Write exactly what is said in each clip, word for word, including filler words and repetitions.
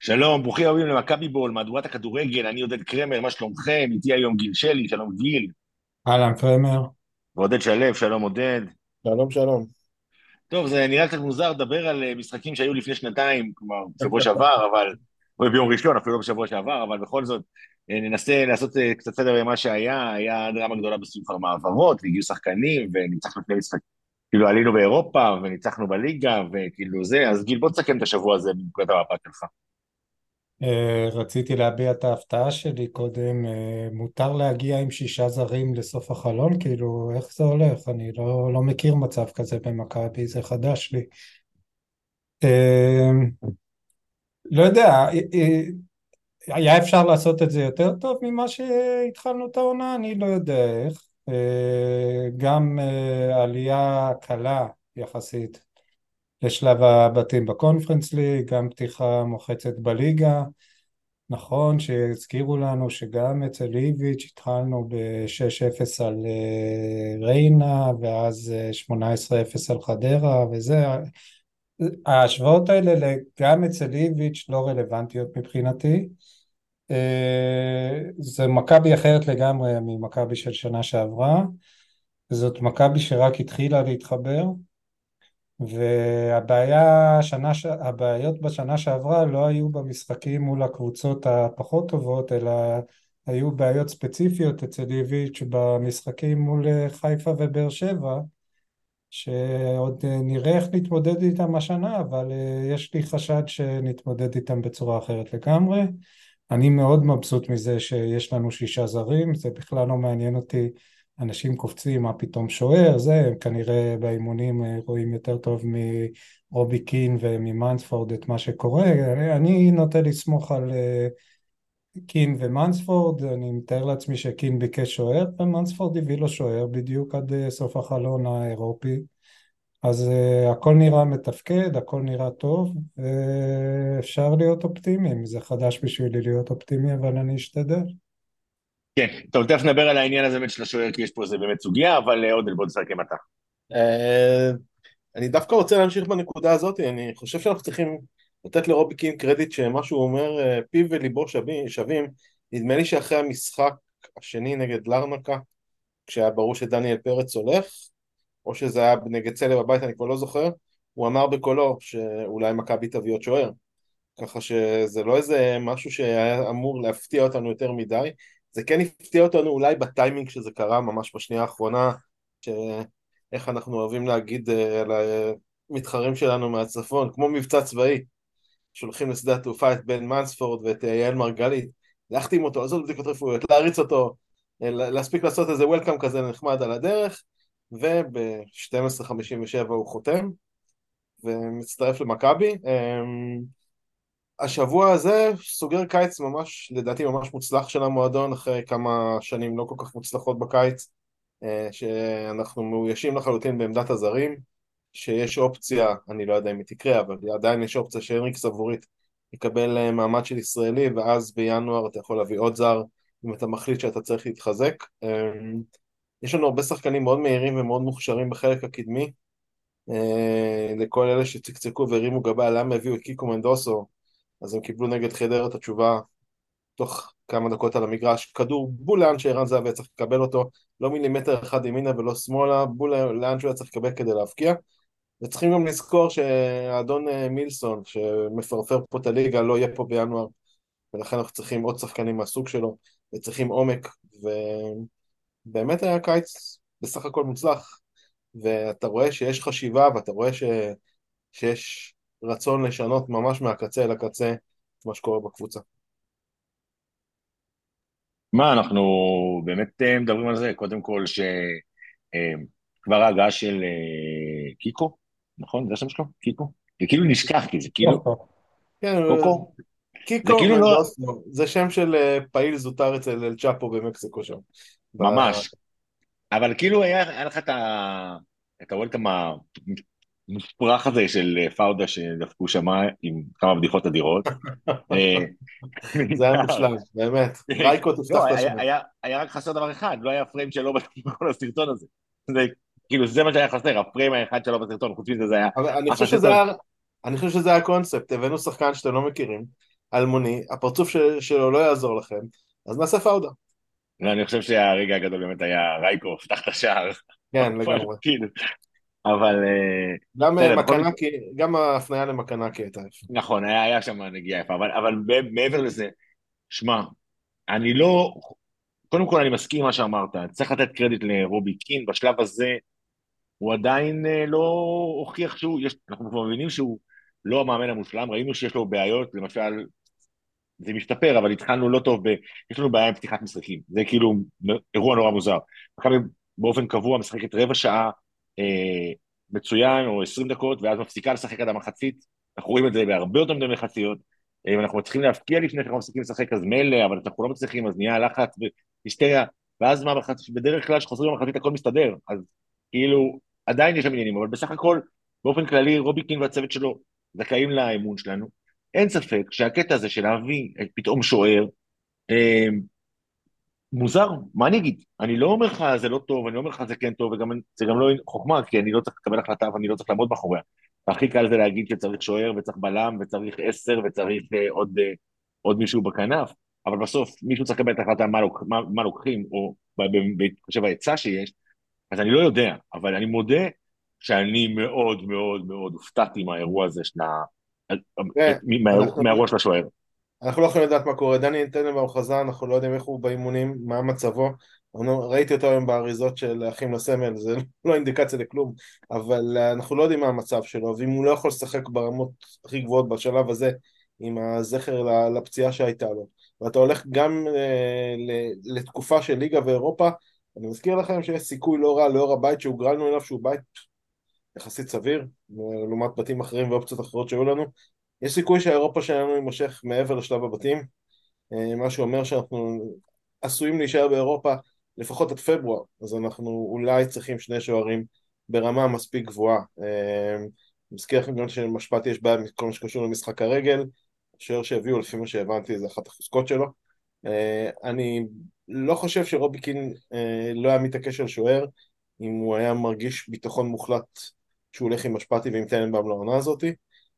שלום, ברוכים הבאים למכבי בול, מהדורת הכדורגל, אני עודד קרמר, מה שלומכם? איתי היום גיל שלי, שלום גיל, אהלן קרמר. ועודד שלו, שלום עודד. שלום שלום. טוב, זה נראה קצת מוזר לדבר על אה, משחקים שהיו לפני שנתיים, כלומר, בשבוע שעבר, אבל, או ביום ראשון, אפילו לא בשבוע שעבר, אבל בכל זאת, אה, ננסה לעשות אה, קצת סדר במה שהיה, היה דרמה גדולה בסופר מעברות, והגיעו שחקנים, וניצחנו שני משחקים, כאילו עלינו באירופה, וניצחנו בליגה, וכאילו זה, אז גיל, בוא תסכם את השבוע הזה בנקודת המבט שלך. אה, רציתי להביע את ההפתעה שלי קודם. אה, מותר להגיע עם שישה זרים לסוף החלון? כאילו, איך זה הולך? אני לא, לא מכיר מצב כזה במכבי, זה חדש לי. אה, לא יודע, אה, אה, היה אפשר לעשות את זה יותר טוב ממה שהתחלנו את העונה? אני לא יודע איך. אה, גם אה, עלייה קלה יחסית לשלב הבתים בקונפרנס ליג, גם פתיחה מוחצת בליגה. נכון שהזכירו לנו שגם אצל איביץ' התחלנו ב-שש אפס על אה, ריינה, ואז אה, שמונה עשרה אפס על חדרה, וזה, ההשוואות האלה גם אצל איביץ' לא רלוונטיות מבחינתי. אה, זה מכבי אחרת לגמרי ממכבי של שנה שעברה. זאת מכבי שרק התחילה להתחבר, והבעיה, שנה, ש- הבעיות בשנה שעברה לא היו במשחקים מול הקבוצות הפחות טובות, אלא היו בעיות ספציפיות אצל איביץ' במשחקים מול אה, חיפה ובאר שבע, שעוד אה, נראה איך נתמודד איתם השנה, אבל אה, יש לי חשד שנתמודד איתם בצורה אחרת לגמרי. אני מאוד מבסוט מזה שיש לנו שישה זרים, זה בכלל לא מעניין אותי. אנשים קופצים, מה פתאום שוער, זה, הם כנראה באימונים אה, רואים יותר טוב מרובי קין וממנספורד את מה שקורה. אני נוטה לסמוך על אה, קין ומנספורד. אני מתאר לעצמי שקין ביקש שוער, ומנספורד הביא לו שוער בדיוק עד אה, סוף החלון האירופי. אז uh, הכל נראה מתפקד, הכל נראה טוב, ואפשר להיות אופטימיים. זה חדש בשבילי להיות אופטימי, אבל אני אשתדל. כן, טוב, תכף נדבר על העניין הזה באמת של השוער, כי יש פה איזה באמת סוגיה, אבל אה, עודד, בוא תסכם אתה. אה, אני דווקא רוצה להמשיך בנקודה הזאת. אני חושב שאנחנו צריכים לתת לרובי קין קרדיט שמה שהוא אומר, אה, פיו וליבו שווים, שווים. נדמה לי שאחרי המשחק השני נגד לרנקה, כשהיה ברור שדניאל פרץ הולך, או שזה היה נגד צלם בבית, אני כבר לא זוכר, הוא אמר בקולו שאולי מכבי תביא עוד שוער. ככה שזה לא איזה משהו שהיה אמור להפתיע אותנו יותר מדי. זה כן הפתיע אותנו אולי בטיימינג שזה קרה ממש בשנייה האחרונה, שאיך אנחנו אוהבים להגיד אה, על המתחרים שלנו מהצפון, כמו מבצע צבאי, שולחים לשדה התעופה את בן מנספורד ואת אה, יעל מרגלית, להחתים אותו, לעשות בדיקות רפואיות, להריץ אותו, אה, להספיק לעשות איזה וולקאם כזה נחמד על הדרך, וב-שתים עשרה חמישים ושבע הוא חותם ומצטרף למכבי. אמ, השבוע הזה סוגר קיץ ממש, לדעתי ממש מוצלח של המועדון, אחרי כמה שנים לא כל כך מוצלחות בקיץ, אה, שאנחנו מאוישים לחלוטין בעמדת הזרים, שיש אופציה, אני לא יודע אם היא תקרה, אבל עדיין יש אופציה שהנריק סבורית יקבל אה, מעמד של ישראלי, ואז בינואר אתה יכול להביא עוד זר, אם אתה מחליט שאתה צריך להתחזק. אה, יש לנו הרבה שחקנים מאוד מהירים ומאוד מוכשרים בחלק הקדמי, אה, לכל אלה שצקצקו והרימו גבה למה הביאו את קיקו מנדוסו, אז הם קיבלו נגד חדרה את התשובה תוך כמה דקות על המגרש, כדור בול לאן שערן זהבי היה צריך לקבל אותו, לא מילימטר אחד ימינה ולא שמאלה, בול לאן שהוא היה צריך לקבל כדי להבקיע. וצריכים גם לזכור שהאדון אה, מילסון, שמפרפר פה את הליגה, לא יהיה פה בינואר, ולכן אנחנו צריכים עוד שחקנים מהסוג שלו, וצריכים עומק, ובאמת היה קיץ בסך הכל מוצלח, ואתה רואה שיש חשיבה, ואתה רואה ש... שיש רצון לשנות ממש מהקצה אל הקצה את מה שקורה בקבוצה. מה, אנחנו באמת אה, מדברים על זה, קודם כל שכבר ההגעה של אה, קיקו, נכון? זה השם שלו? קיקו? זה כאילו נשכח, כי זה כאילו, טוב, כן, קוקו, זה קיקו כאילו לא, מנדוסו, זה שם של אה, פעיל זוטר אצל אל צ'אפו במקסיקו שם. ב... ממש, אבל כאילו היה, היה לך את ה... את הוולקאם המופרך הזה של אה, פאודה שדפקו שם עם כמה בדיחות אדירות. אה, זה היה מושלם, באמת. רייקו תפתח לא, את היה, השמיים. היה, היה רק חסר דבר אחד, לא היה פריים שלו בכל הסרטון הזה. זה, כאילו, זה מה שהיה חסר, הפריים האחד שלו בסרטון, חוץ מזה זה היה אבל אני חושב אחלה שזה סרטון. היה, אני חושב שזה היה הקונספט, הבאנו שחקן שאתם לא מכירים, אלמוני, הפרצוף של, שלו לא יעזור לכם, אז נעשה פאודה. לא, אני חושב שהרגע הגדול באמת היה רייקו, פתח את השער. כן, אבל לגמרי. כאילו, אבל אה, גם אה, בסדר, בכל מקרה, מקנקי, גם ההפניה למקנקי הייתה יפה. נכון, היה, היה שם נגיעה יפה, אבל, אבל מעבר לזה, שמע, אני לא, קודם כל אני מסכים עם מה שאמרת, צריך לתת קרדיט לרובי קין, בשלב הזה הוא עדיין אה, לא הוכיח שהוא, יש, אנחנו כבר מבינים שהוא לא המאמן המושלם, ראינו שיש לו בעיות, למשל, זה משתפר, אבל התחלנו לא טוב, ב, יש לנו בעיה עם פתיחת משחקים, זה כאילו אירוע נורא מוזר. מכבי באופן קבוע משחקת רבע שעה אה, מצוין, או עשרים דקות, ואז מפסיקה לשחק עד המחצית, אנחנו רואים את זה בהרבה יותר מדי מחציות, אה, ואנחנו מצליחים להפקיע לפני שאנחנו מפסיקים לשחק, אז מילא, אבל אנחנו לא מצליחים, אז נהיה לחץ והיסטריה, ואז מה, בחצ... בדרך כלל כשחוזרים במחצית הכל מסתדר, אז כאילו, עדיין יש שם עניינים, אבל בסך הכל, באופן כללי, רובי קין והצוות שלו זכאים לאמון שלנו. אין ספק שהקטע הזה של להביא פתאום שוער, אה, מוזר, מה אני אגיד? אני לא אומר לך זה לא טוב, אני לא אומר לך זה כן טוב, וגם זה גם לא חוכמה, כי אני לא צריך לקבל החלטה ואני לא צריך לעמוד מאחוריה. הכי קל זה להגיד שצריך שוער וצריך בלם וצריך עשר וצריך אה, עוד, אה, עוד מישהו בכנף, אבל בסוף מישהו צריך לקבל את ההחלטה מה, לוק, מה, מה לוקחים, או בהתחשב ההיצע שיש, אז אני לא יודע, אבל אני מודה שאני מאוד מאוד מאוד הופתעתי מהאירוע הזה, שנה, מהאירוע ואנחנו מהאירוע של השוער. אנחנו לא יכולים לדעת מה קורה. דני טננבאום חזר, אנחנו לא יודעים איך הוא באימונים, מה מצבו. אני ראיתי אותו היום באריזות של אחים לסמל, זה לא אינדיקציה לכלום, אבל אה, אנחנו לא יודעים מה המצב שלו, ואם הוא לא יכול לשחק ברמות הכי גבוהות בשלב הזה, עם הזכר ל- לפציעה שהייתה לו, ואתה הולך גם אה, ל- לתקופה של ליגה ואירופה, אני מזכיר לכם שיש סיכוי לא רע לאור הבית שהוגרלנו אליו, שהוא בית יחסית סביר, לעומת בתים אחרים ואופציות אחרות שהיו לנו. יש סיכוי שהאירופה שלנו יימשך מעבר לשלב הבתים, אה, מה שאומר שאנחנו עשויים להישאר באירופה לפחות עד פברואר, אז אנחנו אולי צריכים שני שוערים ברמה מספיק גבוהה. אה, אני מזכיר לכם גם שלמשפטי יש בעיה מכל מה שקשור למשחק הרגל, השוער שהביאו לפי מה שהבנתי זה אחת החוזקות שלו. אה, אני לא חושב שרובי קין אה, לא היה מתעקש על שוער, אם הוא היה מרגיש ביטחון מוחלט שהוא הולך עם משפטי ועם טננבאום לעונה הזאתי.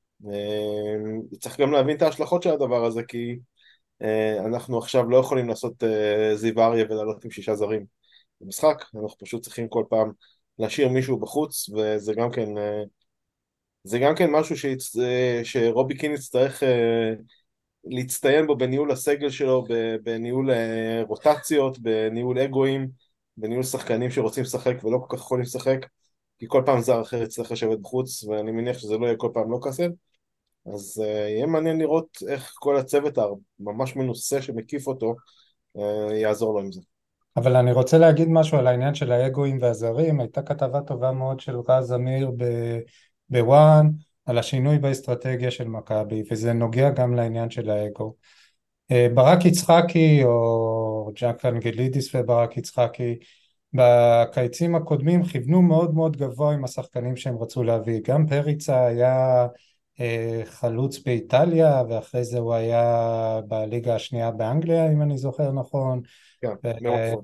אה, צריך גם להבין את ההשלכות של הדבר הזה, כי אה, אנחנו עכשיו לא יכולים לעשות אה, זיו אריה ולעלות עם שישה זרים במשחק, אנחנו פשוט צריכים כל פעם להשאיר מישהו בחוץ, וזה גם כן, אה, זה גם כן משהו שיצ... אה, שרובי קין יצטרך אה, להצטיין בו בניהול הסגל שלו, בניהול אה, רוטציות, בניהול אגואים, בניהול שחקנים שרוצים לשחק ולא כל כך יכולים לשחק, כי כל פעם זר אחר יצטרך לשבת בחוץ, ואני מניח שזה לא יהיה כל פעם לא כזה. אז uh, יהיה מעניין לראות איך כל הצוות הממש מנוסה שמקיף אותו uh, יעזור לו עם זה. אבל אני רוצה להגיד משהו על העניין של האגואים והזרים. הייתה כתבה טובה מאוד של רז אמיר ב- בוואן על השינוי באסטרטגיה של מכבי, וזה נוגע גם לעניין של האגו. אה, ברק יצחקי או ג'אק אנגלידיס וברק יצחקי בקיצים הקודמים כיוונו מאוד מאוד גבוה עם השחקנים שהם רצו להביא. גם פריצה היה אה, חלוץ באיטליה, ואחרי זה הוא היה בליגה השנייה באנגליה אם אני זוכר נכון, כן, מאוד ו- נכון.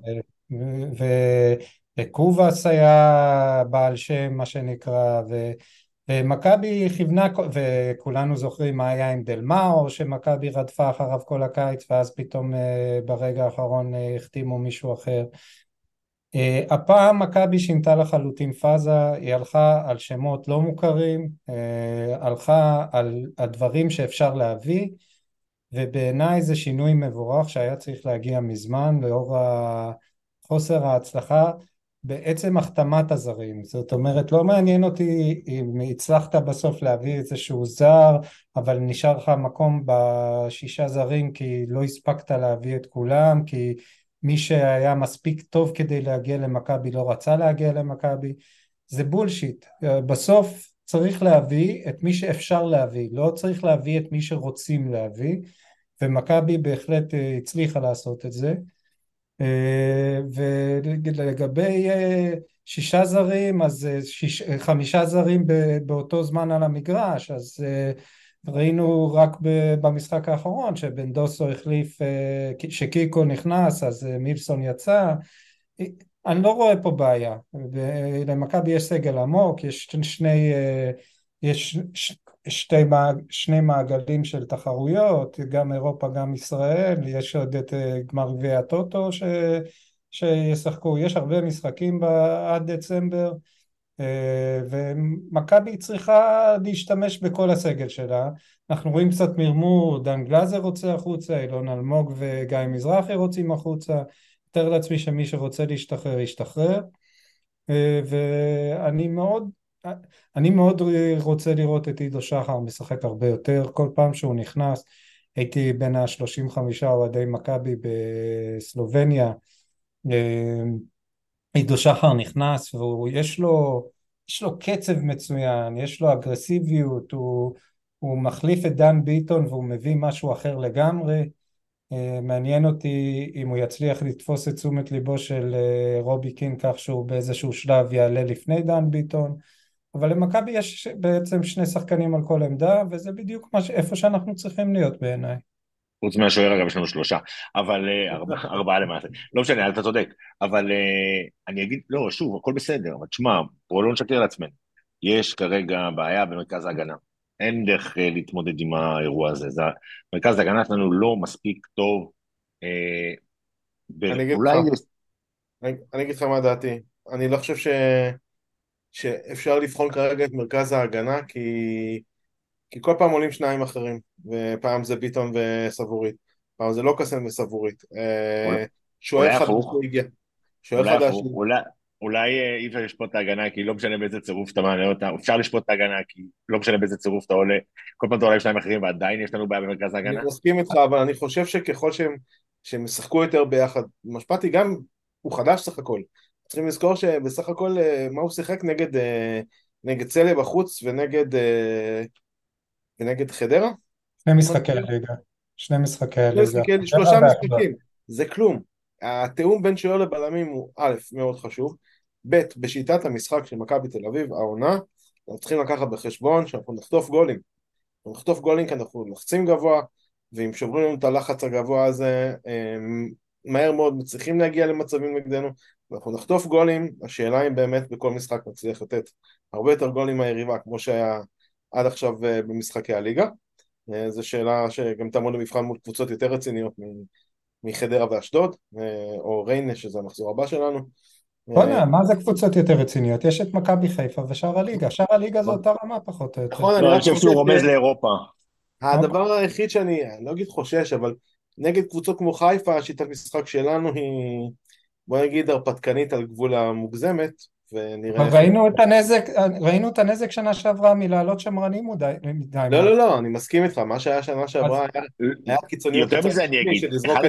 ו- וקובאס היה בעל שם מה שנקרא, ו- ומכבי כיוונה, וכולנו זוכרים מה היה עם דלמאו שמכבי רדפה אחריו כל הקיץ, ואז פתאום אה, ברגע האחרון אה, החתימו מישהו אחר. אה, הפעם מכבי שינתה לחלוטין פאזה, היא הלכה על שמות לא מוכרים, אה, הלכה על הדברים שאפשר להביא, ובעיניי זה שינוי מבורך שהיה צריך להגיע מזמן לאור חוסר ההצלחה בעצם החתמת הזרים. זאת אומרת, לא מעניין אותי אם הצלחת בסוף להביא איזשהו זר, אבל נשאר לך מקום בשישה זרים כי לא הספקת להביא את כולם, כי מי שהיה מספיק טוב כדי להגיע למכבי לא רצה להגיע למכבי. זה בולשיט. בסוף צריך להביא את מי שאפשר להביא, לא צריך להביא את מי שרוצים להביא, ומכבי בהחלט הצליחה לעשות את זה. ולגבי שישה זרים, אז שיש, חמישה זרים באותו זמן על המגרש, אז ראינו רק במשחק האחרון שבן דוסו החליף, שקיקו נכנס אז מילסון יצא. אני לא רואה פה בעיה, למכבי יש סגל עמוק, יש שני, יש שתי, שני מעגלים של תחרויות, גם אירופה, גם ישראל, יש עוד את גמר גביע הטוטו ש, שישחקו, יש הרבה משחקים עד דצמבר, ומכבי צריכה להשתמש בכל הסגל שלה. אנחנו רואים קצת מרמור, דן גלאזר רוצה החוצה, אילון אלמוג וגיא מזרחי רוצים החוצה, יותר לעצמי שמי שרוצה להשתחרר ישתחרר, ואני מאוד אני מאוד רוצה לראות את עידו שחר משחק הרבה יותר, כל פעם שהוא נכנס, הייתי בין ה-שלושים וחמישה אוהדי מכבי בסלובניה, עידו שחר נכנס ויש לו, יש לו קצב מצוין, יש לו אגרסיביות, הוא, הוא מחליף את דן ביטון והוא מביא משהו אחר לגמרי, מעניין אותי אם הוא יצליח לתפוס את תשומת ליבו של רובי קין כך שהוא באיזשהו שלב יעלה לפני דן ביטון, אבל למכבי יש בעצם שני שחקנים על כל עמדה, וזה בדיוק מה ש... איפה שאנחנו צריכים להיות בעיניי. חוץ מהשוער אגב יש לנו שלושה, אבל ארבעה, ארבעה למעשה, לא משנה, אתה צודק, אבל אני אגיד, לא, שוב, הכל בסדר, אבל תשמע, בואו לא נשקר לעצמנו, יש כרגע בעיה במרכז ההגנה, אין דרך להתמודד עם האירוע הזה, זה, מרכז ההגנה שלנו לא מספיק טוב, אני אגיד לך, אני, אני אגיד לך מה דעתי, אני לא חושב ש... שאפשר לבחון כרגע את מרכז ההגנה, כי, כי כל פעם עולים שניים אחרים, ופעם זה ביטון וסבורית, פעם זה לא קסם וסבורית. שוער חדש שהגיע. שוער חדש. אולי אי אפשר לשפוט את ההגנה, כי לא משנה באיזה צירוף אתה מעלה אותה, אפשר לשפוט את ההגנה, כי לא משנה באיזה צירוף אתה עולה, כל פעם אתה עולה עם שניים אחרים, ועדיין יש לנו בעיה במרכז ההגנה. אני מסכים איתך, אבל אני חושב שככל שהם, שהם ישחקו יותר ביחד, משפטי גם, הוא חדש סך הכל. צריכים לזכור שבסך הכל מה הוא שיחק נגד, נגד צלע בחוץ ונגד, ונגד חדרה? שני משחקי הליגה. שני משחקי הליגה. שלושה משחקים, זה כלום. התיאום בין שוער לבלמים הוא א', מאוד חשוב, ב', בשיטת המשחק של מכבי תל אביב, העונה, אנחנו צריכים לקחת בחשבון שאנחנו נחטוף גולים. אנחנו נחטוף גולים כי אנחנו לחצים גבוה, ואם שוברים לנו את הלחץ הגבוה הזה, מהר מאוד מצליחים להגיע למצבים נגדנו, ואנחנו נחטוף גולים, השאלה אם באמת בכל משחק נצליח לתת הרבה יותר גולים מהיריבה, כמו שהיה עד עכשיו במשחקי הליגה. זו שאלה שגם תעמוד למבחן מול קבוצות יותר רציניות מחדרה ואשדוד, או ריינה, שזה המחזור הבא שלנו. בוא'נה, מה זה קבוצות יותר רציניות? יש את מכבי חיפה ושאר הליגה, שאר הליגה זו אותה רמה פחות או יותר. נכון, אני חושב שהוא רומז לאירופה. הדבר היחיד שאני, לא אגיד חושש, אבל נגד קבוצות כמו חיפה, השיטת משחק שלנו היא, בוא נגיד, הרפתקנית על גבול המוגזמת, ונראה... ראינו את הנזק, ראינו את הנזק שנה שעברה מלעלות שמרנים מדי. לא, לא, לא, אני מסכים איתך, מה שהיה שנה שעברה היה קיצוניות. יותר מזה אני אגיד, אחד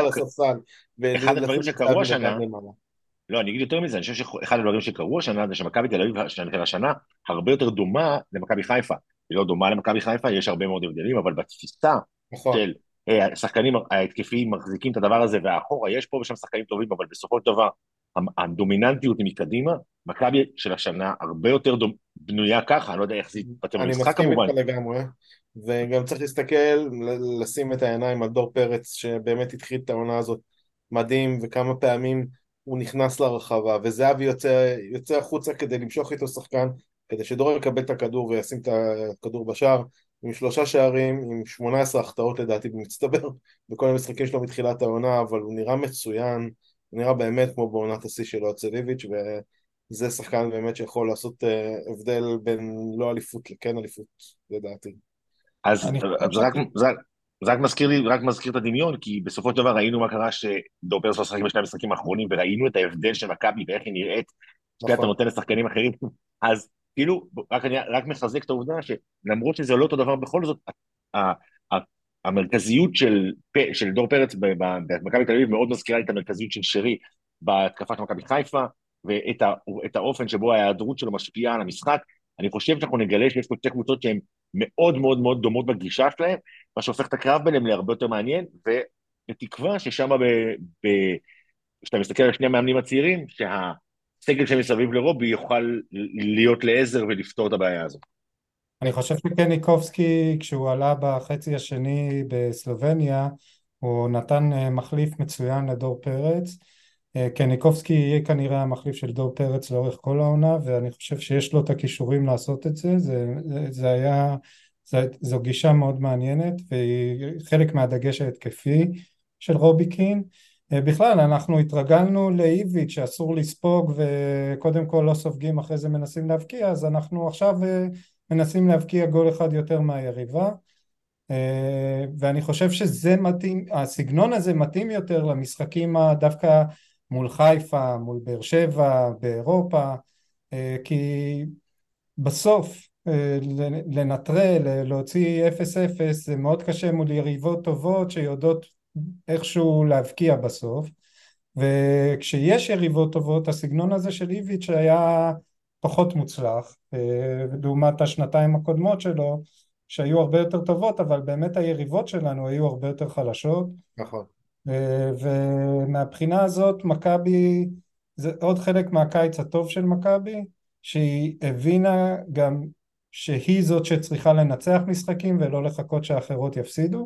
הדברים שקרו השנה, לא, אני אגיד יותר מזה, אני חושב שאחד הדברים שקרו השנה, זה שמכבי תל אביב של השנה הרבה יותר דומה למכבי חיפה. היא לא דומה למכבי חיפה, יש הרבה מאוד הבדלים, אבל בתפיסה של השחקנים ההתקפיים מחזיקים את הדבר הזה, והאחורה יש פה ושם שחקנים טובים, אבל בסופו של דבר, הדומיננטיות היא מקדימה, מכבי של השנה הרבה יותר בנויה ככה, אני לא יודע איך זה יתפתח במשחק כמובן. אני מסכים איתך לגמרי, וגם צריך להסתכל, לשים את העיניים על דור פרץ, שבאמת התחיל את העונה הזאת מדהים, וכמה פעמים הוא נכנס לרחבה, וזהבי יוצא, יוצא החוצה כדי למשוך איתו שחקן, כדי שדור יקבל את הכדור וישים את הכדור בשער, עם שלושה שערים, עם שמונה עשרה החטאות לדעתי במצטבר, בכל המשחקים שלו מתחילת העונה, אבל הוא נראה מצוין, הוא נראה באמת כמו בעונת השיא שלו אצליביץ', וזה שחקן באמת שיכול לעשות הבדל בין לא אליפות לכן אליפות, לדעתי. אז זה רק מזכיר לי, רק מזכיר את הדמיון, כי בסופו של דבר ראינו מה קרה שדור פרץ לא שחקים בשני המשחקים האחרונים, וראינו את ההבדל של מכבי ואיך היא נראית, שאתה נותן לשחקנים אחרים, אז כאילו, רק, אני, רק מחזק את העובדה שלמרות שזה לא אותו דבר בכל זאת, המרכזיות של, של דור פרץ במכבי תל אביב מאוד מזכירה את המרכזיות של שרי בהתקפה של מכבי חיפה, ואת ה, את האופן שבו ההיעדרות שלו משפיעה על המשחק. אני חושב שאנחנו נגלה שיש פה שתי קבוצות שהן מאוד מאוד מאוד דומות בגישה שלהם, מה שהופך את הקרב ביניהם להרבה יותר מעניין, ובתקווה ששם כשאתה מסתכל על שני המאמנים הצעירים, שה... סגל שמסביב לרובי יוכל להיות לעזר ולפתור את הבעיה הזאת. אני חושב שקניקובסקי, כשהוא עלה בחצי השני בסלובניה, הוא נתן מחליף מצוין לדור פרץ. קניקובסקי יהיה כנראה המחליף של דור פרץ לאורך כל העונה, ואני חושב שיש לו את הכישורים לעשות את זה. זה, זה היה זו, זו גישה מאוד מעניינת, והיא חלק מהדגש ההתקפי של רובי קין. בכלל אנחנו התרגלנו לאיביץ' שאסור לספוג וקודם כל לא סופגים אחרי זה מנסים להבקיע, אז אנחנו עכשיו מנסים להבקיע גול אחד יותר מהיריבה, ואני חושב שזה מתאים, הסגנון הזה מתאים יותר למשחקים דווקא מול חיפה, מול באר שבע, באירופה, כי בסוף לנטרל, להוציא אפס אפס זה מאוד קשה מול יריבות טובות שיודעות איכשהו להבקיע בסוף, וכשיש יריבות טובות הסגנון הזה של איביץ' היה פחות מוצלח לעומת השנתיים הקודמות שלו שהיו הרבה יותר טובות, אבל באמת היריבות שלנו היו הרבה יותר חלשות. נכון. ומהבחינה הזאת מכבי זה עוד חלק מהקיץ הטוב של מכבי, שהיא הבינה גם שהיא זאת שצריכה לנצח משחקים ולא לחכות שאחרות יפסידו.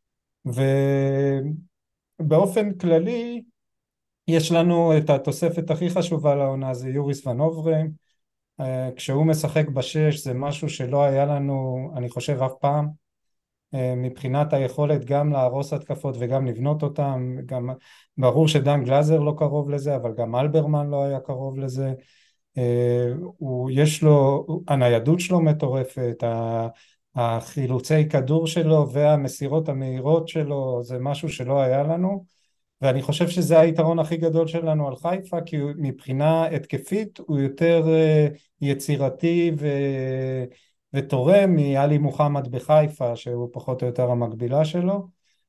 ובאופן כללי יש לנו את התוספת הכי חשובה לעונה, זה יוריס ונוברם. כשהוא משחק בשש זה משהו שלא היה לנו אני חושב אף פעם, מבחינת היכולת גם להרוס התקפות וגם לבנות אותם. גם ברור שדן גלאזר לא קרוב לזה, אבל גם אלברמן לא היה קרוב לזה. הוא יש לו, הניידות שלו מטורפת, החילוצי כדור שלו והמסירות המהירות שלו זה משהו שלא היה לנו, ואני חושב שזה היתרון הכי גדול שלנו על חיפה, כי מבחינה התקפית הוא יותר יצירתי ו... ותורם מאלי מוחמד בחיפה שהוא פחות או יותר המקבילה שלו.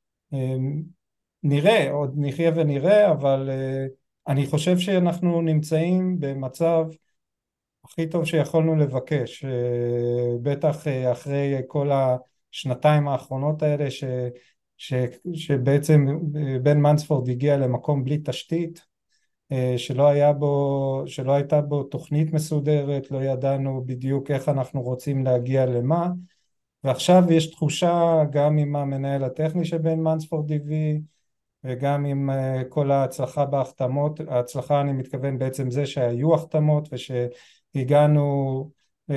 נראה, עוד נחיה ונראה, אבל אני חושב שאנחנו נמצאים במצב הכי טוב שיכולנו לבקש, בטח אחרי כל השנתיים האחרונות האלה ש, ש, שבעצם בן מנספורד הגיע למקום בלי תשתית, שלא היה בו, שלא הייתה בו תוכנית מסודרת, לא ידענו בדיוק איך אנחנו רוצים להגיע למה, ועכשיו יש תחושה גם עם המנהל הטכני שבן מנספורד הביא, וגם עם כל ההצלחה בהחתמות, ההצלחה אני מתכוון בעצם זה שהיו החתמות ושהגענו,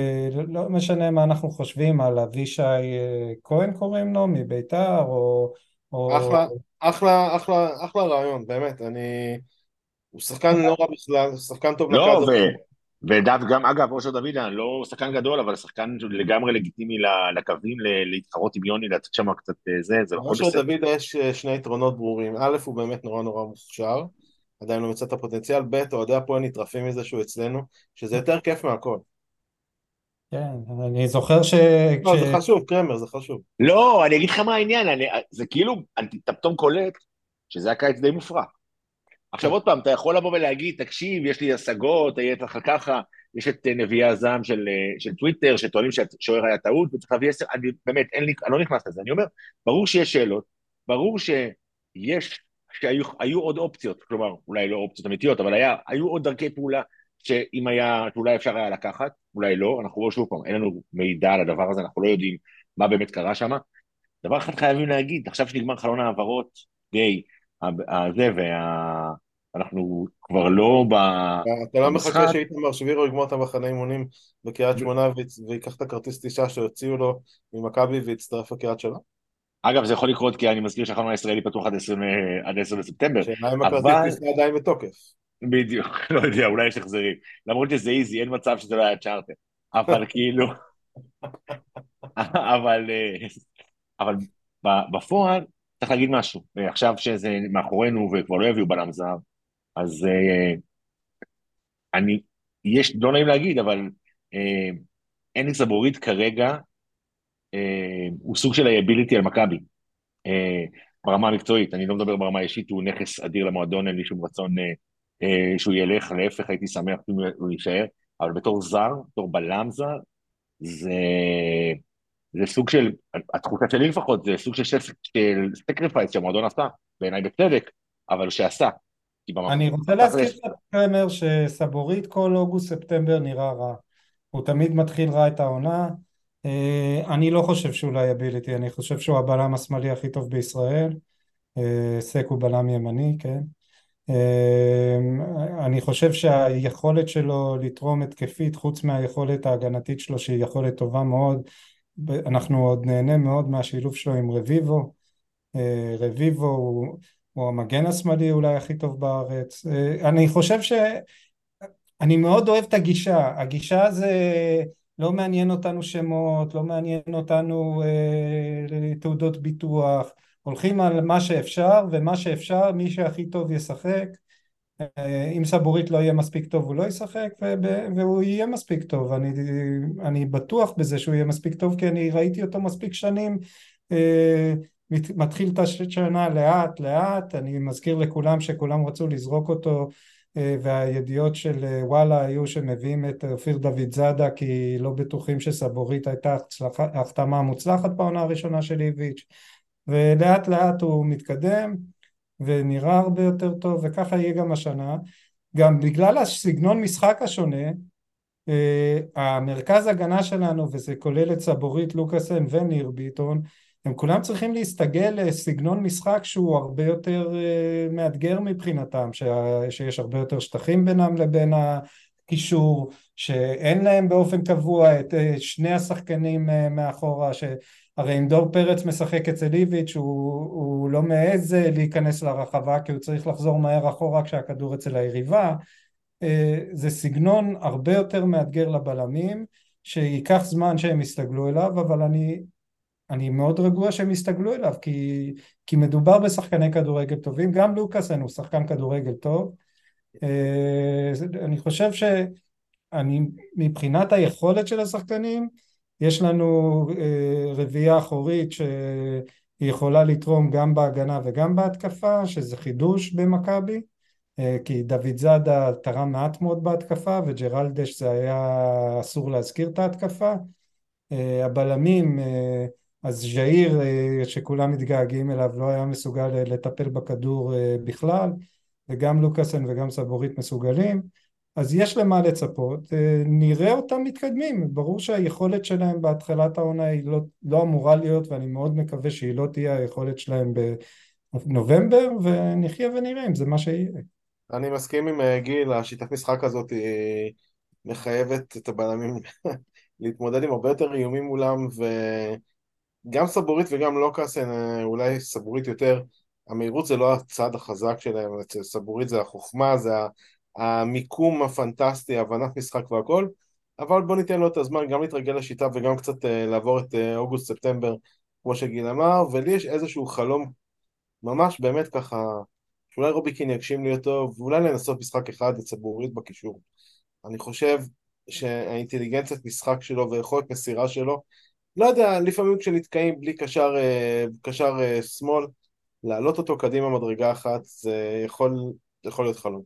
לא משנה מה אנחנו חושבים על אבישי כהן קוראים לו מביתר או... אחלה, אחלה, אחלה, אחלה רעיון, באמת, אני... הוא שחקן לא רע בכלל, שחקן טוב לא, לקו. ו... ודף גם, אגב, אושר דוידה, לא שחקן גדול, אבל שחקן לגמרי לגיטימי לקווים, להתחרות עם יוני, לתת שם קצת זה, זה הכל אושר בסדר. דוידה יש שני יתרונות ברורים, א', הוא באמת נורא נורא מוכשר, עדיין לא מצא את הפוטנציאל, ב', אוהדי הפועל נטרפים מזה שהוא אצלנו, שזה יותר כיף מהכל. כן, אני זוכר ש... לא, זה חשוב, קרמר, זה חשוב. לא, אני אגיד לך מה העניין, אני, זה כאילו, אתה פתאום קולט שזה הקיץ די מופרע. עכשיו עוד פעם, אתה יכול לבוא ולהגיד, תקשיב, יש לי השגות, יהיה לך ככה, יש את נביאי הזעם של, של טוויטר, שטוענים שהשוער היה טעות, וצריך להביא עשר, אני באמת, אין לי, אני לא נכנס לזה, אני אומר, ברור שיש שאלות, ברור שיש, שהיו היו עוד אופציות, כלומר, אולי לא אופציות אמיתיות, אבל היה, היו עוד דרכי פעולה, שאם היה, שאולי אפשר היה לקחת, אולי לא, אנחנו לא שוב פעם, אין לנו מידע על הדבר הזה, אנחנו לא יודעים מה באמת קרה שם. דבר אחד חייבים להגיד, עכשיו שנגמר חלון העברות, די, הזה, וה... אנחנו כבר לא אתה לא במשחק. מחכה שאיתמר שבירו יגמור את המחנה אימונים בקריית שמונה ויקח את הכרטיס טיסה שהוציאו לו ממכבי ויצטרף לקריית שמונה? אגב, זה יכול לקרות, כי אני מזכיר שהחלון הישראלי פתוח עד עשרה בספטמבר. שאלה אם הכרטיס אבל... טיסה עדיין בתוקף. בדיוק, לא יודע, אולי יש החזרים. למרות שזה איזי, אין מצב שזה לא היה צ'ארטר. אבל כאילו... אבל... אבל בפועל, צריך להגיד משהו. עכשיו שזה מאחורינו וכבר לא יביאו בלם זר, אז אני... יש, לא נעים להגיד, אבל אין סבורית כרגע, הוא סוג של liability על מכבי. ברמה המקצועית, אני לא מדבר ברמה האישית, הוא נכס אדיר למועדון, אין לי שום רצון שהוא ילך, להפך הייתי שמח אם הוא יישאר, אבל בתור זר, בתור בלם זר, זה, זה סוג של, התחושה שלי לפחות, זה סוג של סקריפייס שהמועדון עשה, בעיניי בצדק, אבל שעשה. אני רוצה להזכיר לך קרמר שסבורית כל אוגוסט-ספטמבר נראה רע, הוא תמיד מתחיל רע את העונה, אני לא חושב שהוא liability, אני חושב שהוא הבלם השמאלי הכי טוב בישראל, סק הוא בלם ימני, כן? אני חושב שהיכולת שלו לתרום התקפית, חוץ מהיכולת ההגנתית שלו שהיא יכולת טובה מאוד, אנחנו עוד נהנה מאוד מהשילוב שלו עם רביבו. אה, רביבו הוא, הוא המגן השמאלי אולי הכי טוב בארץ. אה, אני חושב ש... אני מאוד אוהב את הגישה. הגישה זה לא מעניין אותנו שמות, לא מעניין אותנו אה, תעודות ביטוח. הולכים על מה שאפשר, ומה שאפשר מי שהכי טוב ישחק. אה, אם סבורית לא יהיה מספיק טוב הוא לא ישחק, והוא יהיה מספיק טוב. אני, אני בטוח בזה שהוא יהיה מספיק טוב, כי אני ראיתי אותו מספיק שנים. אה, מתחיל את השנה לאט לאט. אני מזכיר לכולם שכולם רצו לזרוק אותו, והידיעות של וואלה היו שמביאים את אופיר דוד זאדה כי לא בטוחים שסבורית הייתה החתמה מוצלחת בעונה הראשונה של איביץ', ולאט לאט הוא מתקדם ונראה הרבה יותר טוב, וככה יהיה גם השנה. גם בגלל הסגנון משחק השונה, המרכז הגנה שלנו, וזה כולל את סבורית, לוקאסן וניר ביטון, הם כולם צריכים להסתגל לסגנון משחק שהוא הרבה יותר uh, מאתגר מבחינתם, ש... שיש הרבה יותר שטחים בינם לבין הקישור, שאין להם באופן קבוע את uh, שני השחקנים uh, מאחורה, שהרי אם דור פרץ משחק אצל איביץ' הוא, הוא לא מעז להיכנס לרחבה, כי הוא צריך לחזור מהר אחורה כשהכדור אצל היריבה. uh, זה סגנון הרבה יותר מאתגר לבלמים, שיקח זמן שהם יסתגלו אליו, אבל אני... אני מאוד רגוע שהם יסתגלו אליו, כי, כי מדובר בשחקני כדורגל טובים. גם לוקאסן הוא שחקן כדורגל טוב. אני חושב שאני, מבחינת היכולת של השחקנים, יש לנו רביעייה אחורית שהיא יכולה לתרום גם בהגנה וגם בהתקפה, שזה חידוש במכבי, כי דוד זאדה תרם מעט מאוד בהתקפה, וג'רלדש זה היה אסור להזכיר את ההתקפה. הבלמים, אז ז'איר שכולם מתגעגעים אליו לא היה מסוגל לטפל בכדור בכלל, וגם לוקאסן וגם סבורית מסוגלים, אז יש למה לצפות. נראה אותם מתקדמים. ברור שהיכולת שלהם בהתחלת העונה היא לא, לא אמורה להיות, ואני מאוד מקווה שהיא לא תהיה היכולת שלהם בנובמבר, ונחיה ונראה אם זה מה שיהיה. אני מסכים עם גיל, השיטת משחק הזאת היא מחייבת את הבלמים להתמודד עם הרבה יותר איומים מולם, וגם סבורית וגם לוקאסן, אולי סבורית יותר, המהירות זה לא הצד החזק שלהם, סבורית זה החוכמה, זה המיקום הפנטסטי, הבנת משחק והכל, אבל בוא ניתן לו את הזמן גם להתרגל לשיטה וגם קצת לעבור את אוגוסט-ספטמבר, כמו שגיל אמר, ולי יש איזשהו חלום, ממש באמת ככה, שאולי רוביקין יגשים לי אותו, ואולי לנסות משחק אחד את סבורית בקישור. אני חושב שהאינטליגנציית משחק שלו ויכולת מסירה שלו, לא יודע, לפעמים כשנתקעים בלי קשר, קשר שמאל, להעלות אותו קדימה מדרגה אחת, זה יכול, זה יכול להיות חלום.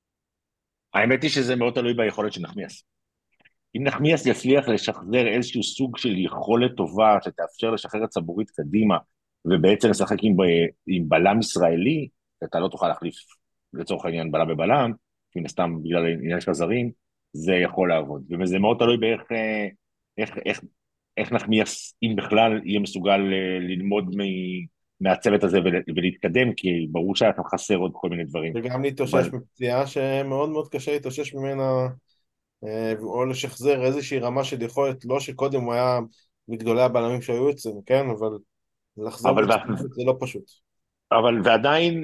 האמת היא שזה מאוד תלוי ביכולת של נחמיאס. אם נחמיאס יצליח לשחרר איזשהו סוג של יכולת טובה, שתאפשר לשחרר את סבורית קדימה, ובעצם לשחק עם, עם בלם ישראלי, אתה לא תוכל להחליף לצורך העניין בלם בבלם, מן הסתם בגלל עניין של הזרים, זה יכול לעבוד. וזה מאוד תלוי באיך איך, איך, איך נחמיאס, אם בכלל, יהיה מסוגל ללמוד מ, מהצוות הזה ולהתקדם, כי ברור שאתה חסר עוד כל מיני דברים. וגם להתאושש אבל... מפציעה שמאוד מאוד קשה להתאושש ממנה, או לשחזר איזושהי רמה של יכולת, לא שקודם הוא היה מגדולי הבלמים שהיו אצלנו, כן? אבל לחזור אבל זה לא פשוט. אבל ועדיין,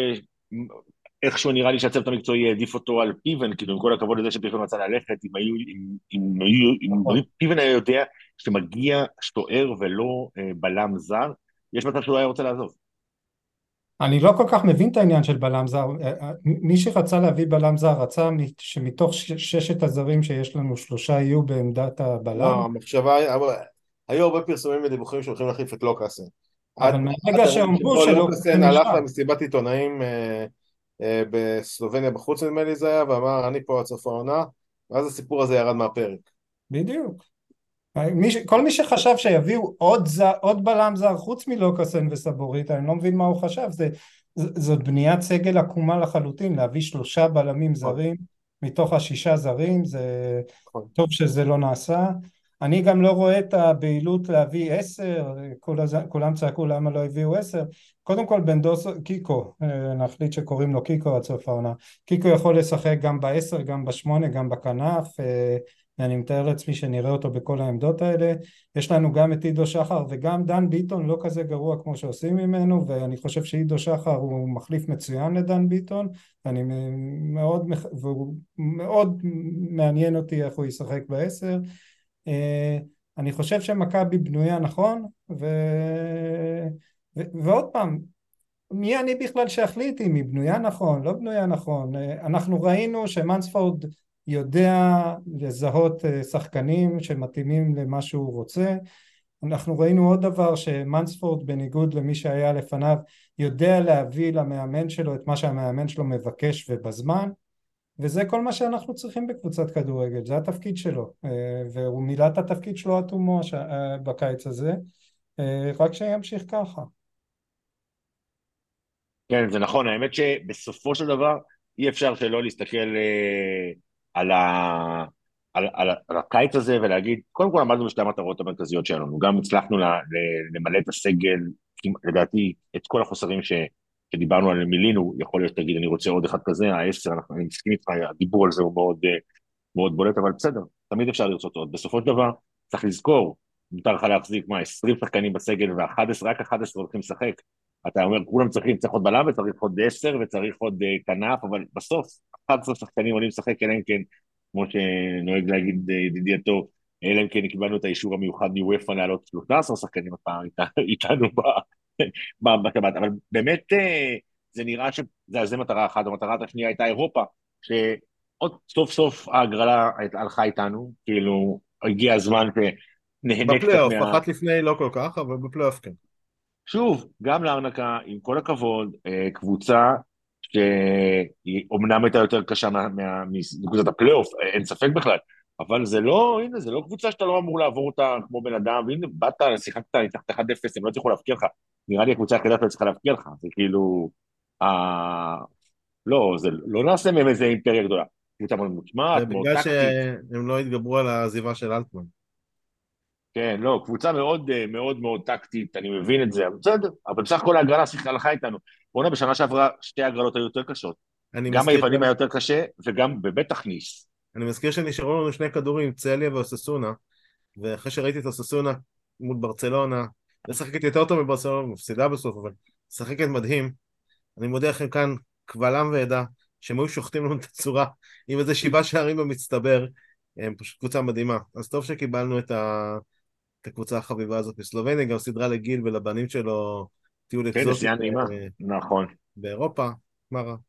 איכשהו נראה לי שהצוות המקצועי העדיף אותו על פיבן, כאילו עם כל הכבוד לזה שפיבן מצא ללכת, אם היו, אם היו, אם פיבן היה יודע שמגיע שטוער ולא בלם זר, יש מצב שהוא היה רוצה לעזוב. אני לא כל כך מבין את העניין של בלם זר. מי שרצה להביא בלם זר רצה שמתוך ששת הזרים שיש לנו שלושה יהיו בעמדת הבלם. לא, המחשבה, היו הרבה פרסומים ודיווחים שהולכים להחליף את לוקאסן. אבל מהרגע שאמרו שלוקאסן הלך למסיבת עיתונאים בסלובניה בחוץ נדמה לי זה היה, ואמר אני פה עד סוף העונה, ואז הסיפור הזה ירד מהפרק. בדיוק. כל מי שחשב שיביאו עוד, זר, עוד בלם זר חוץ מלוקאסן וסבורית, אני לא מבין מה הוא חשב. זה, זאת בניית סגל עקומה לחלוטין, להביא שלושה בלמים זרים מתוך השישה זרים, זה טוב שזה לא נעשה. אני גם לא רואה את הבעילות להביא עשר, כולם צעקו למה לא הביאו עשר. קודם כל בנדוס, קיקו, נחליט שקוראים לו קיקו עד סוף העונה. קיקו יכול לשחק גם בעשר, גם בשמונה, גם בכנף, ואני מתאר לעצמי שנראה אותו בכל העמדות האלה. יש לנו גם את עידו שחר וגם דן ביטון, לא כזה גרוע כמו שעושים ממנו, ואני חושב שעידו שחר הוא מחליף מצוין לדן ביטון, ואני מאוד, והוא מאוד מעניין אותי איך הוא ישחק בעשר. אני חושב שמכבי בנויה נכון, ו... ו... ועוד פעם, מי אני בכלל שהחליט אם היא בנויה נכון, לא בנויה נכון. אנחנו ראינו שמנספורד יודע לזהות שחקנים שמתאימים למה שהוא רוצה. אנחנו ראינו עוד דבר, שמנספורד בניגוד למי שהיה לפניו יודע להביא למאמן שלו את מה שהמאמן שלו מבקש ובזמן, וזה כל מה שאנחנו צריכים בקבוצת כדורגל, זה התפקיד שלו, והוא מילא את התפקיד שלו עד תומו בקיץ הזה, רק שימשיך ככה. כן, זה נכון, האמת שבסופו של דבר אי אפשר שלא להסתכל אה, על, ה, על, על, על הקיץ הזה ולהגיד, קודם כל עמדנו בשתי המטרות המרכזיות שלנו, גם הצלחנו ל, ל, למלא את הסגל, לדעתי את כל החוסרים ש, שדיברנו עליהם מילינו, יכול להיות שתגיד אני רוצה עוד אחד כזה, העשר, אנחנו, אני מסכים איתך, הדיבור על זה הוא מאוד, אה, מאוד בולט, אבל בסדר, תמיד אפשר לרצות עוד, בסופו של דבר צריך לזכור, מותר לך להחזיק מה, עשרים שחקנים בסגל ו-אחד עשר, רק אחד עשר הולכים לשחק, אתה אומר, כולם צריכים, צריך עוד בלם וצריך עוד עשר וצריך עוד uh, כנף, אבל בסוף, אחד עשר שחקנים עולים לשחק, אלא אם כן, כמו שנוהג להגיד uh, ידידי הטוב, אלא אם כן קיבלנו את האישור המיוחד מוופא להעלות שלושה עשר שחקנים הפעם איתנו בשבת, אבל באמת uh, זה נראה שזה מטרה אחת, המטרה השנייה הייתה אירופה, שעוד סוף סוף ההגרלה הלכה איתנו, כאילו הגיע הזמן שנהנה קצת בפלייאוף, מה... אחת לפני לא כל כך, אבל בפלייאוף כן. שוב, גם לארנקה, עם כל הכבוד, קבוצה שהיא אומנם הייתה יותר קשה מקבוצת הפלייאוף, אין ספק בכלל, אבל זה לא, הנה, זה לא קבוצה שאתה לא אמור לעבור אותה כמו בן אדם, והנה, באת, שיחקת, ניתחת אחד אפס, הם לא צריכו להפקיע לך, נראה לי הקבוצה היחידה לא צריכה להפקיע לך, זה כאילו, אה, לא, זה לא נעשה מהם איזה אימפריה גדולה, קבוצה מאוד זה מוטמעת, מאוד בגלל טקטית, שהם לא התגברו על העזיבה של אלטמן. כן, לא, קבוצה מאוד מאוד מאוד טקטית, אני מבין את זה, אבל בסדר, אבל בסך הכל ההגרלה שיחקה הלכה איתנו. בוא'נה, בשנה שעברה שתי הגרלות היו יותר קשות. אני גם מזכיר, היוונים היה יותר קשה, וגם בבטח ניס. אני מזכיר שנשארו לנו שני כדורים, צליה ואוססונה, ואחרי שראיתי את אוססונה מול ברצלונה, משחקת יותר טוב מברצלונה, מפסידה בסוף, אבל משחקת מדהים. אני מודיע לכם כאן, קבלם ועדה, שהם היו שוחטים לנו את הצורה, עם איזה שבעה שערים במצטבר, הם פשוט קבוצה מדהימה. אז טוב שקיבלנו את ה... את הקבוצה החביבה הזאת מסלובניה, גם סדרה לגיל ולבנים שלו טיול כן, אקזוטי נסיעה נעימה, נכון. באירופה, מה רע?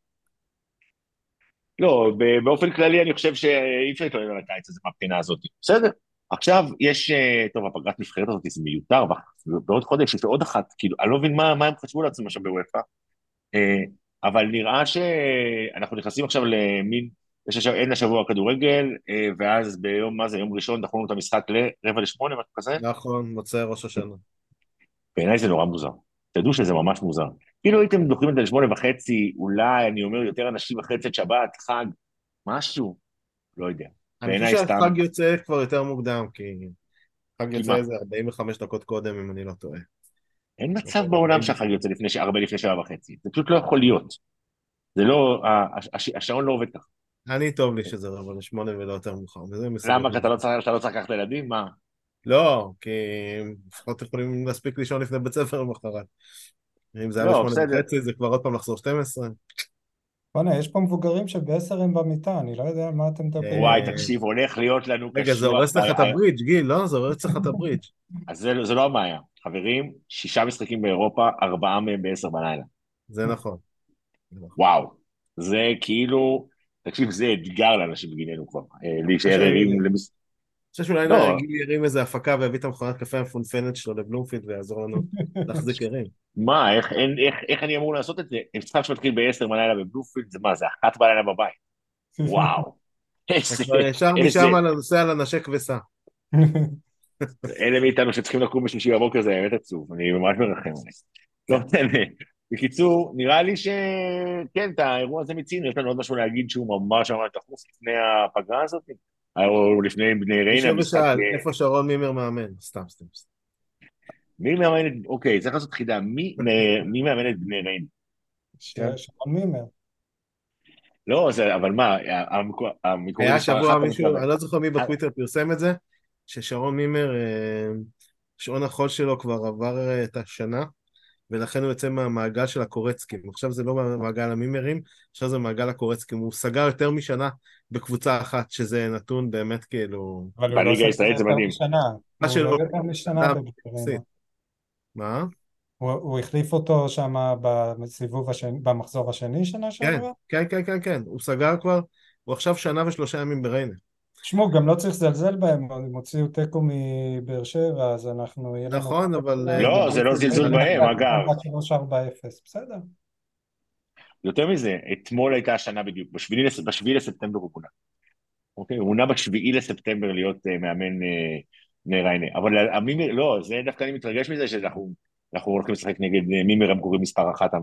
לא, באופן כללי אני חושב שאי אפשר להתלונן על הקיץ הזה מהבחינה הזאת. בסדר, עכשיו יש, טוב, הפגרת נבחרת הזאת זה מיותר, בעוד חודש יש עוד אחת, כאילו, אני לא מבין מה, מה הם חשבו לעצמם עכשיו בוופא, אבל נראה שאנחנו נכנסים עכשיו למין, יש עכשיו אין השבוע כדורגל, ואז ביום, מה זה, יום ראשון דחונו את המשחק לרבע לשמונה, משהו כזה. נכון, מוצאי ראש השנה. בעיניי זה נורא מוזר. תדעו שזה ממש מוזר. כאילו הייתם דוחים את זה לשמונה וחצי, אולי, אני אומר, יותר אנשים אחרי צאת שבת, חג, משהו, לא יודע. אני חושב בעיניי סתם. שהחג יוצא כבר יותר מוקדם, כי חג כי יוצא מה? איזה ארבעים וחמש דקות קודם, אם אני לא טועה. אין מצב בעולם שהחג יוצא לפני, הרבה לפני שעה וחצי. זה פשוט לא יכול להיות. זה לא, הש, השעון לא עובד ככה. אני טוב לי שזה רבע לשמונה ולא יותר מאוחר. למה? כי אתה לא צריך, אתה לא צריך לקחת לילדים? מה? לא, כי לפחות יכולים להספיק לישון לפני בית ספר למחרת. אם זה היה לא, בשמונה בסדר. וחצי, זה כבר עוד פעם לחזור שתים עשרה. בוא'נה, יש פה מבוגרים שבעשר הם במיטה, אני לא יודע על מה אתם מדברים. וואי, תקשיב, הולך להיות לנו רגע, זה קשוח. הורס לך את הברידג', גיל, לא? זה הורס לך את הברידג'. אז זה, זה לא הבעיה. חברים, שישה משחקים באירופה, ארבעה מהם בעשר בלילה. זה נכון. וואו. זה כאילו, תקשיב, זה אתגר לאנשים בגיננו כבר. להישאר ערים למס... אני חושב שאולי לא. גיל ירים איזה הפקה ויביא את המכונת קפה המפונפנת שלו לבלומפילד ויעזור לנו להחזיק ערים. מה, איך, איך, איך, איך אני אמור לעשות את זה? המשחק שמתחיל בעשר בלילה בבלומפילד, זה מה, זה אחת בלילה בבית. וואו. איזה, כבר ישר איזה... משם נוסע לנשק וסע. אלה מאיתנו שצריכים לקום בשישי בבוקר, זה באמת עצוב, אני ממש מרחם עליהם. לא משנה. בקיצור, נראה לי שכן, את האירוע הזה מיצינו, יש לנו עוד משהו להגיד שהוא ממש ממש דחוף לפני הפגרה הזאת, או לפני בני ריינה. מישהו ושאל, איפה שרון מימר מאמן? סתם, סתם. מי מאמן, אוקיי, צריך לעשות חידה, מי מאמן את בני ריינה? שרון מימר. לא, זה, אבל מה, המקור- המקורי היה מספר אחת, שבוע אתה מישהו, מתכוון. אני לא זוכר מי אה, בטוויטר פרסם את זה, ששרון מימר, אה, שעון החול שלו כבר עבר אה, את השנה, ולכן הוא יוצא מהמעגל של הקורצקים. עכשיו זה לא מעגל המימרים, עכשיו זה מעגל הקורצקים. הוא סגר יותר משנה בקבוצה אחת, שזה נתון באמת כאילו... אבל הוא לא בליגה עושה את זה הישראלית זה יותר מדהים. משנה, מה הוא לא שלא, יותר משנה אדם, בבוקרנה. עשית. מה? הוא, הוא החליף אותו שם בסיבוב השני, במחזור השני שנה כן, שעברה? כן, כן, כן, כן. הוא סגר כבר, הוא עכשיו שנה ושלושה ימים בריינה. תשמעו, גם לא צריך לזלזל בהם, הם הוציאו תיקו מבאר שבע, אז אנחנו, יהיה לנו נכון, חמש אבל אה, שלהם, לא, זה דיברו לא איתי זלזול לפני. בהם, אגב. שלוש ארבע אפס, בסדר. יותר מזה, אתמול הייתה השנה בדיוק, בשביעי לס- בשביעי לספטמבר הוא מונה. אוקיי, הוא מונה בשביעי לספטמבר להיות אה, מאמן אה, בני ריינה. אבל המימר, לא, זה דווקא אני מתרגש מזה שאנחנו אנחנו הולכים לשחק נגד אה, מימר המקורי מספר אחת.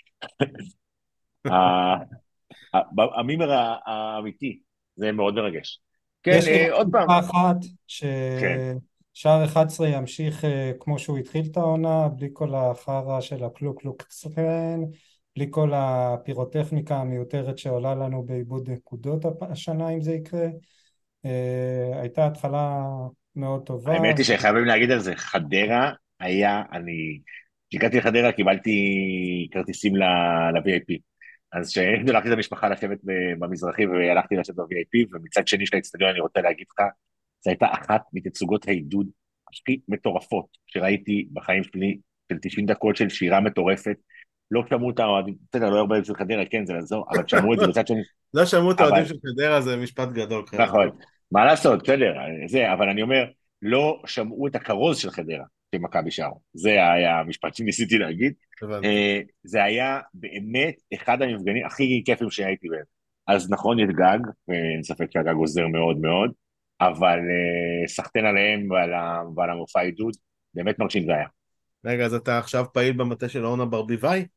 ה- ה- המימר ה- האמיתי, זה מאוד מרגש. כן, יש לי אה, רק עוד פעם, תקווה אחת, כן. ששער אחד עשרה ימשיך אה, כמו שהוא התחיל את העונה, בלי כל החרא של הקלוקלוקסן, בלי כל הפירוטכניקה המיותרת שעולה לנו באיבוד נקודות הפ- השנה, אם זה יקרה. אה, הייתה התחלה מאוד טובה. האמת היא שחייבים להגיד על זה, חדרה היה, אני, כשהגעתי לחדרה קיבלתי כרטיסים ל-וי איי פי. אז כשהלכתי את המשפחה לשבת ב- במזרחי והלכתי לשבת ב-וי איי פי, ומצד שני של האצטדיון אני רוצה להגיד לך, זו הייתה אחת מתצוגות העידוד הכי מטורפות שראיתי בחיים שלי, של תשעים דקות של שירה מטורפת. לא שמעו את האוהדים, בסדר, לא הרבה של חדרה, כן, זה לעזור, אבל שמעו את זה בצד שני. לא שמעו את אבל האוהדים של חדרה, זה משפט גדול, חבר'ה. נכון, מה לעשות, בסדר, זה, אבל אני אומר, לא שמעו את הכרוז של חדרה, שמכבי שרו, זה היה המשפט שניסיתי להגיד. הבנתי. אה, זה היה באמת אחד המפגנים הכי כיפים שהייתי בהם. אז נכון, יש גג, ואין ספק שהגג עוזר מאוד מאוד, אבל אה, סחטיין עליהם ועל, ה, ועל המופע עידוד, באמת מרשים זה היה. רגע, אז אתה עכשיו פעיל במטה של אורנה ברביבאי?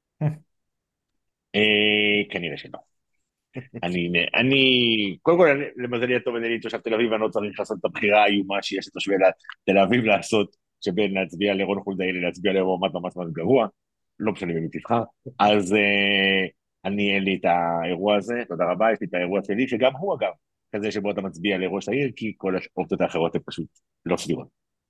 אה, כנראה שלא. אני, אני, קודם כל, אני, למזלי הטוב, אני תושב תל אביב, ואני לא צריך לעשות את הבחירה האיומה שיש לתושבי תל אביב לעשות, שבין להצביע לרון חולדאי להצביע למועמד ממש ממש גרוע, לא משנה מי תבחר, אז אה, אני, אין לי את האירוע הזה, תודה רבה, יש לי את האירוע שלי, שגם הוא אגב, כזה שבו אתה מצביע לראש העיר, כי כל האופציות האחרות הן פשוט לא סבירות.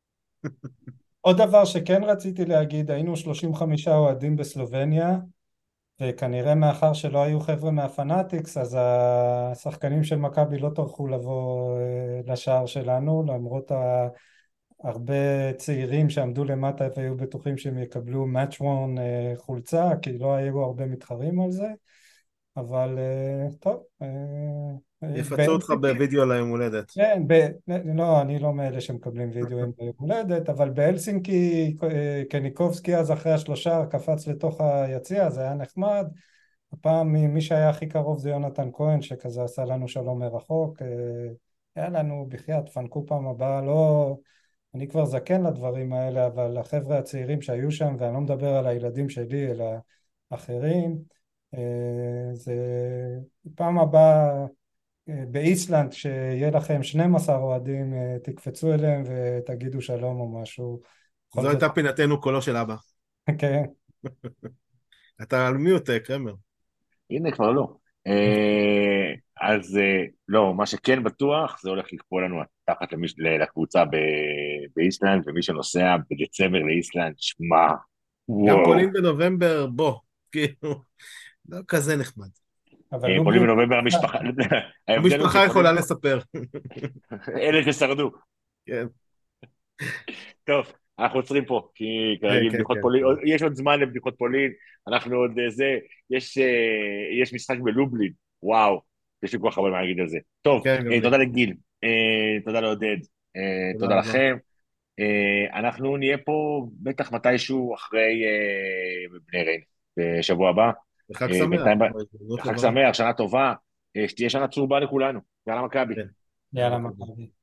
עוד דבר שכן רציתי להגיד, היינו שלושים וחמישה אוהדים בסלובניה, וכנראה מאחר שלא היו חבר'ה מהפנאטיקס, אז השחקנים של מכבי לא טרחו לבוא אה, לשער שלנו, למרות ה... הרבה צעירים שעמדו למטה והיו בטוחים שהם יקבלו match one אה, חולצה, כי לא היו הרבה מתחרים על זה, אבל אה, טוב. אה, אה, יפצו אותך בהלסינקי, בווידאו על היום הולדת. כן, ב, לא, אני לא מאלה שמקבלים וידאוים ביום הולדת, אבל בהלסינקי אה, קניקובסקי אז אחרי השלושה קפץ לתוך היציע, זה היה נחמד. הפעם מי שהיה הכי קרוב זה יונתן כהן, שכזה עשה לנו שלום מרחוק. אה, היה לנו בחייאת, פנקו פעם הבאה, לא... אני כבר זקן לדברים האלה, אבל החבר'ה הצעירים שהיו שם, ואני לא מדבר על הילדים שלי, אלא אחרים, אה, זה פעם הבאה אה, באיסלנד, כשיהיה לכם שנים עשר אוהדים, אה, תקפצו אליהם ותגידו שלום או משהו. בכל זו זאת, הייתה פינתנו קולו של אבא. כן. אתה על מיוט, אה, קרמר. הנה, כבר לא. אה, אז אה, לא, מה שכן בטוח, זה הולך לקפוא לנו תחת למש... לקבוצה ב... באיסלנד, ומי שנוסע בדצמבר לאיסלנד, שמע, גם וואו. פולין בנובמבר, בוא, כאילו, לא כזה נחמד. אבל אה, פולין לובלין, בנובמבר המשפחה, ההבדל הוא המשפחה שפולין, יכולה לספר. אלה ששרדו. כן, טוב, אנחנו עוצרים פה, כי כן, כרגיל כן, בדיחות כן. פולין, כן. יש עוד זמן לבדיחות פולין, אנחנו עוד אה, זה, יש, אה, יש משחק בלובלין, וואו, יש לי כל כך הרבה מה להגיד על זה. טוב, כן, גם אה, לי. תודה לגיל, אה, תודה לעודד, אה, תודה תודה רבה. לכם. אה, אנחנו נהיה פה בטח מתישהו אחרי אה, בני ריינה, בשבוע הבא. וחג אה, שמח. בינתיים, ב- בהזדמנות חג לברך. שמח, שנה טובה, אה, שתהיה שנה צהובה לכולנו. יאללה מכבי. כן. יאללה יאללה, מכבי.